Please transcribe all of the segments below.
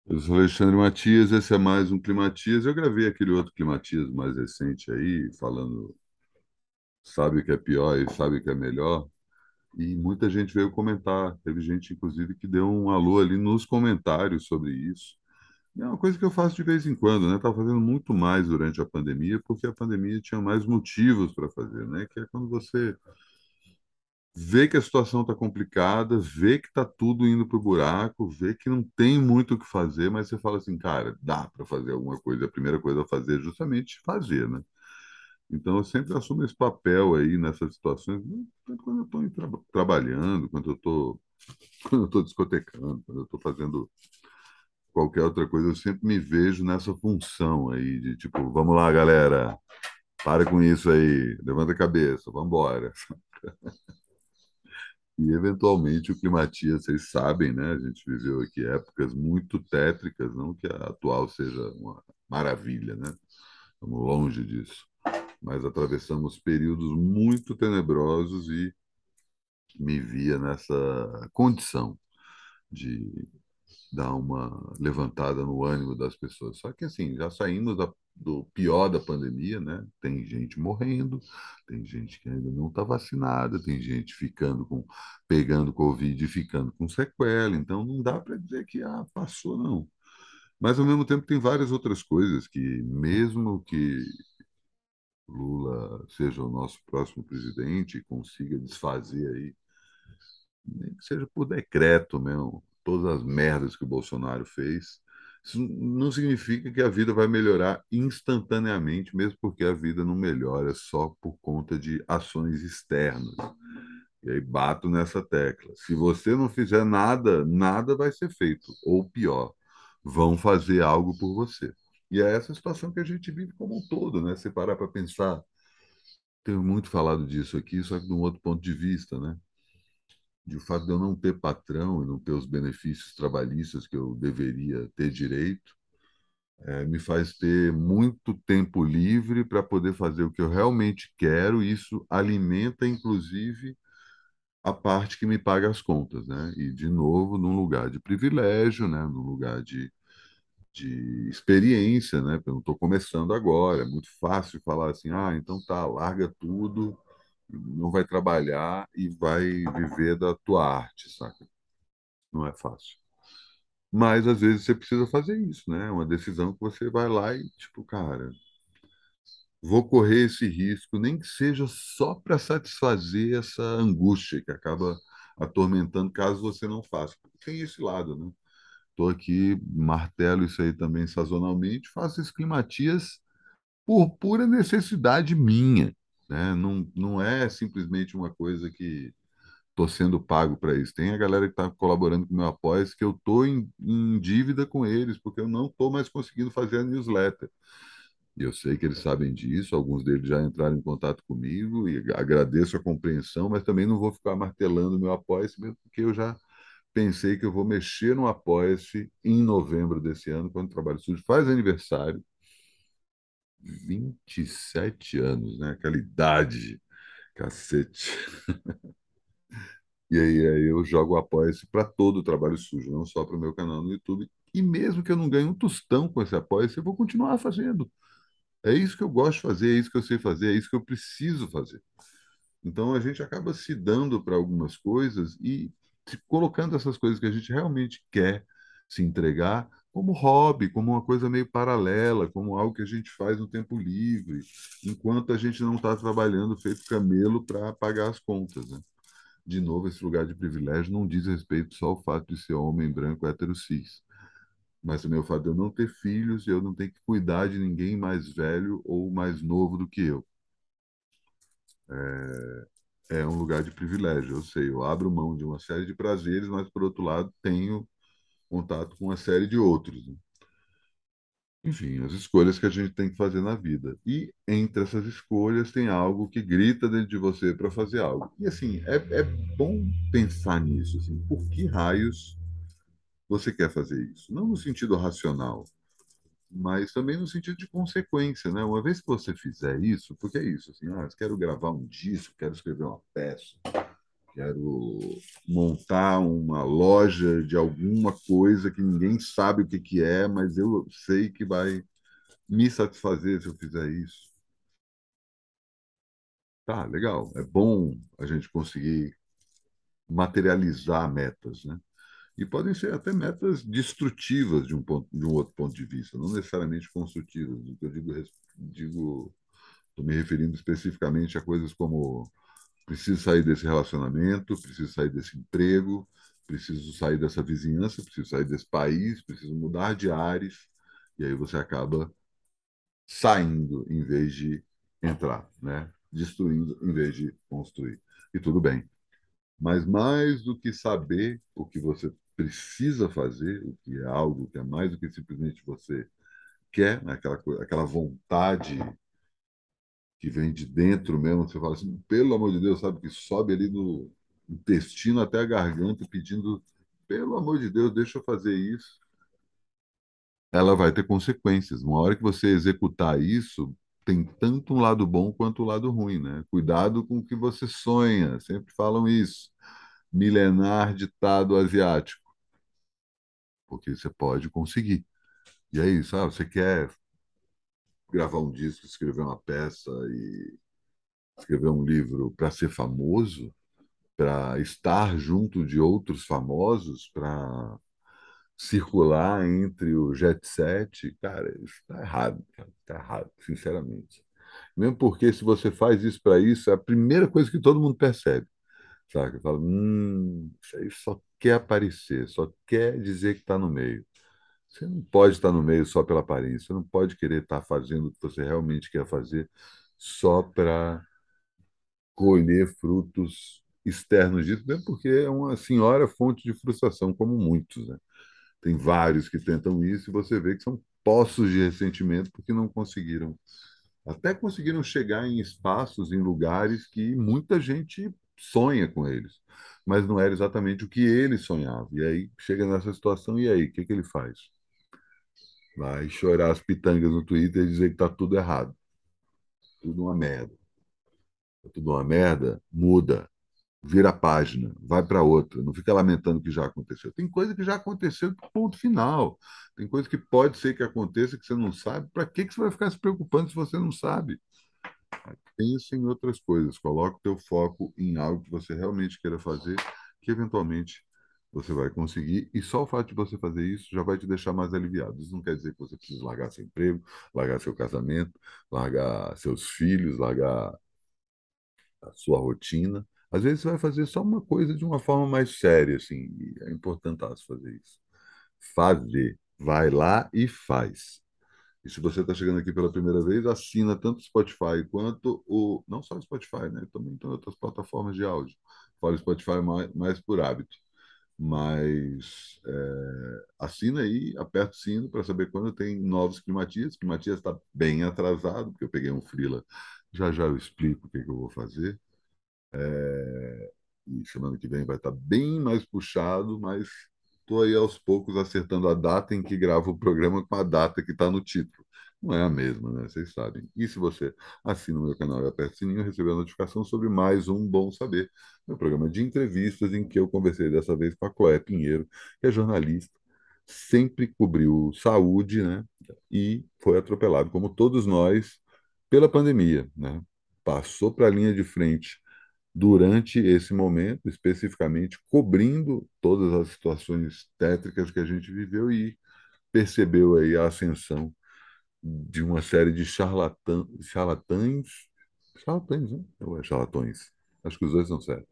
Eu sou Alexandre Matias, esse é mais um Climatias. Eu gravei aquele outro Climatias mais recente aí, falando sabe o que é pior e sabe o que é melhor. E muita gente veio comentar. Teve gente, inclusive, que deu um alô ali nos comentários sobre isso. E é uma coisa que eu faço de vez em quando, né? Estava fazendo muito mais durante a pandemia, porque a pandemia tinha mais motivos para fazer, né? Que é quando você vê que a situação está complicada, vê que está tudo indo para o buraco, vê que não tem muito o que fazer, mas você fala assim, cara, dá para fazer alguma coisa. A primeira coisa a fazer é justamente fazer, né? Então eu sempre assumo esse papel aí nessas situações, né? Tanto quando eu estou trabalhando, quando eu estou quando eu estou discotecando, quando eu estou fazendo qualquer outra coisa, eu sempre me vejo nessa função aí de tipo, vamos lá, galera, para com isso aí, levanta a cabeça, vamos embora. E, eventualmente, o climatia, vocês sabem, né? A gente viveu aqui épocas muito tétricas, não que a atual seja uma maravilha, né? Estamos longe disso. Mas atravessamos períodos muito tenebrosos e me via nessa condição de dar uma levantada no ânimo das pessoas. Só que, assim, já saímos do pior da pandemia, né? Tem gente morrendo, tem gente que ainda não está vacinada, tem gente pegando Covid e ficando com sequela. Então, não dá para dizer que passou, não. Mas, ao mesmo tempo, tem várias outras coisas que, mesmo que Lula seja o nosso próximo presidente e consiga desfazer aí, nem que seja por decreto mesmo, todas as merdas que o Bolsonaro fez, isso não significa que a vida vai melhorar instantaneamente, mesmo porque a vida não melhora só por conta de ações externas. E aí bato nessa tecla. Se você não fizer nada, nada vai ser feito. Ou pior, vão fazer algo por você. E é essa situação que a gente vive como um todo, né? Se parar para pensar, tenho muito falado disso aqui, só que de um outro ponto de vista, né? De o fato de eu não ter patrão e não ter os benefícios trabalhistas que eu deveria ter direito, me faz ter muito tempo livre para poder fazer o que eu realmente quero, e isso alimenta, inclusive, a parte que me paga as contas, né? E, de novo, num lugar de privilégio, né? Num lugar de experiência, né? Porque eu não estou começando agora, é muito fácil falar assim, então tá, larga tudo, não vai trabalhar e vai viver da tua arte, saca? Não é fácil. Mas às vezes você precisa fazer isso, né? É uma decisão que você vai lá e, tipo, cara, vou correr esse risco, nem que seja só para satisfazer essa angústia que acaba atormentando caso você não faça. Tem esse lado, né? Estou aqui, martelo isso aí também sazonalmente, faço esses climatias por pura necessidade minha, né? Não, não é simplesmente uma coisa que estou sendo pago para isso. Tem a galera que está colaborando com o meu apoio, que eu estou em dívida com eles, porque eu não estou mais conseguindo fazer a newsletter. E eu sei que eles sabem disso, alguns deles já entraram em contato comigo e agradeço a compreensão, mas também não vou ficar martelando o meu apoia-se, mesmo porque eu já pensei que eu vou mexer no apoia-se em novembro desse ano, quando o Trabalho Sujo faz aniversário, 27 anos, né? Aquela idade, cacete. E aí eu jogo o apoia-se para todo o trabalho sujo, não só para o meu canal no YouTube. E mesmo que eu não ganhe um tostão com esse apoia-se, eu vou continuar fazendo. É isso que eu gosto de fazer, é isso que eu sei fazer, é isso que eu preciso fazer. Então a gente acaba se dando para algumas coisas e se colocando essas coisas que a gente realmente quer se entregar como hobby, como uma coisa meio paralela, como algo que a gente faz no tempo livre, enquanto a gente não está trabalhando feito camelo para pagar as contas, né? De novo, esse lugar de privilégio não diz respeito só ao fato de ser homem branco hétero cis, mas também o fato de eu não ter filhos e eu não ter que cuidar de ninguém mais velho ou mais novo do que eu. É um lugar de privilégio, eu sei. Eu abro mão de uma série de prazeres, mas, por outro lado, tenho contato com uma série de outros, né? Enfim, as escolhas que a gente tem que fazer na vida. E entre essas escolhas tem algo que grita dentro de você para fazer algo. E assim, é bom pensar nisso, assim, por que raios você quer fazer isso? Não no sentido racional, mas também no sentido de consequência, né? Uma vez que você fizer isso, porque é isso, assim, quero gravar um disco, quero escrever uma peça, quero montar uma loja de alguma coisa que ninguém sabe o que que é, mas eu sei que vai me satisfazer se eu fizer isso. Tá, legal. É bom a gente conseguir materializar metas, né? E podem ser até metas destrutivas de um outro ponto de vista, não necessariamente construtivas. O que eu digo, estou me referindo especificamente a coisas como preciso sair desse relacionamento, preciso sair desse emprego, preciso sair dessa vizinhança, preciso sair desse país, preciso mudar de ares, e aí você acaba saindo em vez de entrar, né? Destruindo em vez de construir. E tudo bem. Mas mais do que saber o que você precisa fazer, o que é algo que é mais do que simplesmente você quer, né? Aquela vontade que vem de dentro mesmo, você fala assim, pelo amor de Deus, sabe, que sobe ali no intestino até a garganta pedindo, pelo amor de Deus, deixa eu fazer isso. Ela vai ter consequências. Uma hora que você executar isso, tem tanto um lado bom quanto um lado ruim, né? Cuidado com o que você sonha, sempre falam isso. Milenar ditado asiático, porque você pode conseguir. E é isso, você quer gravar um disco, escrever uma peça e escrever um livro para ser famoso, para estar junto de outros famosos, para circular entre o jet set, cara, isso está errado, cara, tá errado, sinceramente. Mesmo porque se você faz isso para isso, é a primeira coisa que todo mundo percebe, sabe? Fala, isso aí só quer aparecer, só quer dizer que está no meio. Você não pode estar no meio só pela aparência, você não pode querer estar fazendo o que você realmente quer fazer só para colher frutos externos disso, mesmo porque é uma senhora fonte de frustração, como muitos, né? Tem vários que tentam isso e você vê que são poços de ressentimento porque não conseguiram. Até conseguiram chegar em espaços, em lugares que muita gente sonha com eles, mas não era exatamente o que ele sonhava. E aí chega nessa situação, e aí, o que que ele faz? Vai chorar as pitangas no Twitter e dizer que tá tudo errado, tudo uma merda. Tá tudo uma merda, muda, vira a página, vai para outra, não fica lamentando o que já aconteceu. Tem coisa que já aconteceu, ponto final. Tem coisa que pode ser que aconteça que você não sabe. Para que que você vai ficar se preocupando se você não sabe? Pense em outras coisas, coloque o teu foco em algo que você realmente queira fazer, que eventualmente você vai conseguir, e só o fato de você fazer isso já vai te deixar mais aliviado. Isso não quer dizer que você precisa largar seu emprego, largar seu casamento, largar seus filhos, largar a sua rotina. Às vezes você vai fazer só uma coisa de uma forma mais séria, assim, e é importante fazer isso. Fazer. Vai lá e faz. E se você está chegando aqui pela primeira vez, assina tanto o Spotify quanto o. Não só o Spotify, né? Também tem outras plataformas de áudio. Fala o Spotify mais por hábito. Mas assina aí, aperta o sino para saber quando tem novos climatias. Climatias está bem atrasado, porque eu peguei um freela. Já já eu explico o que, que eu vou fazer. E semana que vem vai estar bem mais puxado, mas estou aí aos poucos acertando a data em que gravo o programa com a data que está no título. Não é a mesma, né? Vocês sabem. E se você assina o meu canal e aperta o sininho, recebe a notificação sobre mais um Bom Saber, meu programa de entrevistas em que eu conversei dessa vez com a Chloé Pinheiro, que é jornalista, sempre cobriu saúde, né? E foi atropelado, como todos nós, pela pandemia, né? Passou para a linha de frente durante esse momento, especificamente cobrindo todas as situações tétricas que a gente viveu e percebeu aí a ascensão de uma série de charlatães, né? Ou é charlatões? Acho que os dois são certos.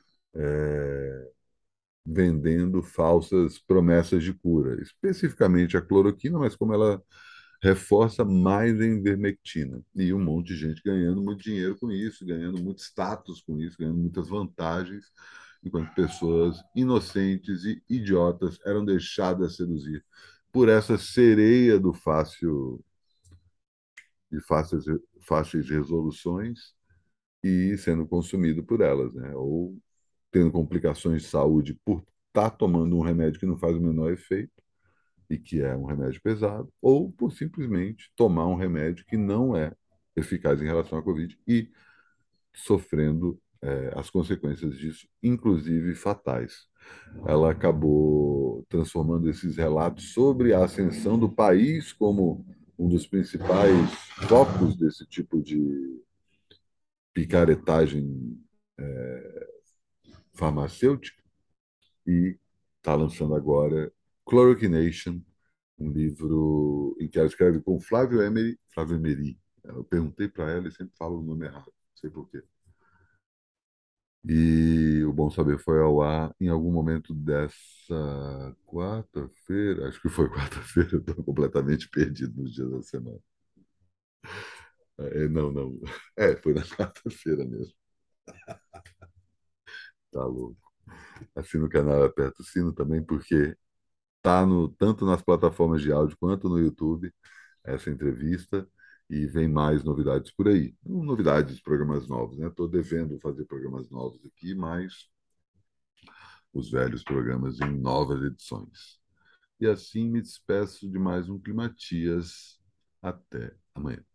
Vendendo falsas promessas de cura, especificamente a cloroquina, mas como ela reforça mais a ivermectina. E um monte de gente ganhando muito dinheiro com isso, ganhando muito status com isso, ganhando muitas vantagens, enquanto pessoas inocentes e idiotas eram deixadas seduzir por essa sereia do fácil de fáceis resoluções e sendo consumido por elas, né? Ou tendo complicações de saúde por estar tomando um remédio que não faz o menor efeito e que é um remédio pesado, ou por simplesmente tomar um remédio que não é eficaz em relação à Covid e sofrendo as consequências disso, inclusive fatais. Ela acabou transformando esses relatos sobre a ascensão do país como um dos principais focos desse tipo de picaretagem farmacêutica e está lançando agora Chloroquination, um livro em que ela escreve com Flávio Emery. Eu perguntei para ela e sempre falo o nome errado, não sei por quê. E o Bom Saber foi ao ar em algum momento dessa quarta-feira, acho que foi quarta-feira, estou completamente perdido nos dias da semana. Não, não. Foi na quarta-feira mesmo. Tá louco. Assina o canal, aperta o sino também, porque tá no, tanto nas plataformas de áudio quanto no YouTube essa entrevista e vem mais novidades por aí. Não novidades, programas novos, né? Estou devendo fazer programas novos aqui, mas os velhos programas em novas edições. E assim me despeço de mais um Climatias. Até amanhã.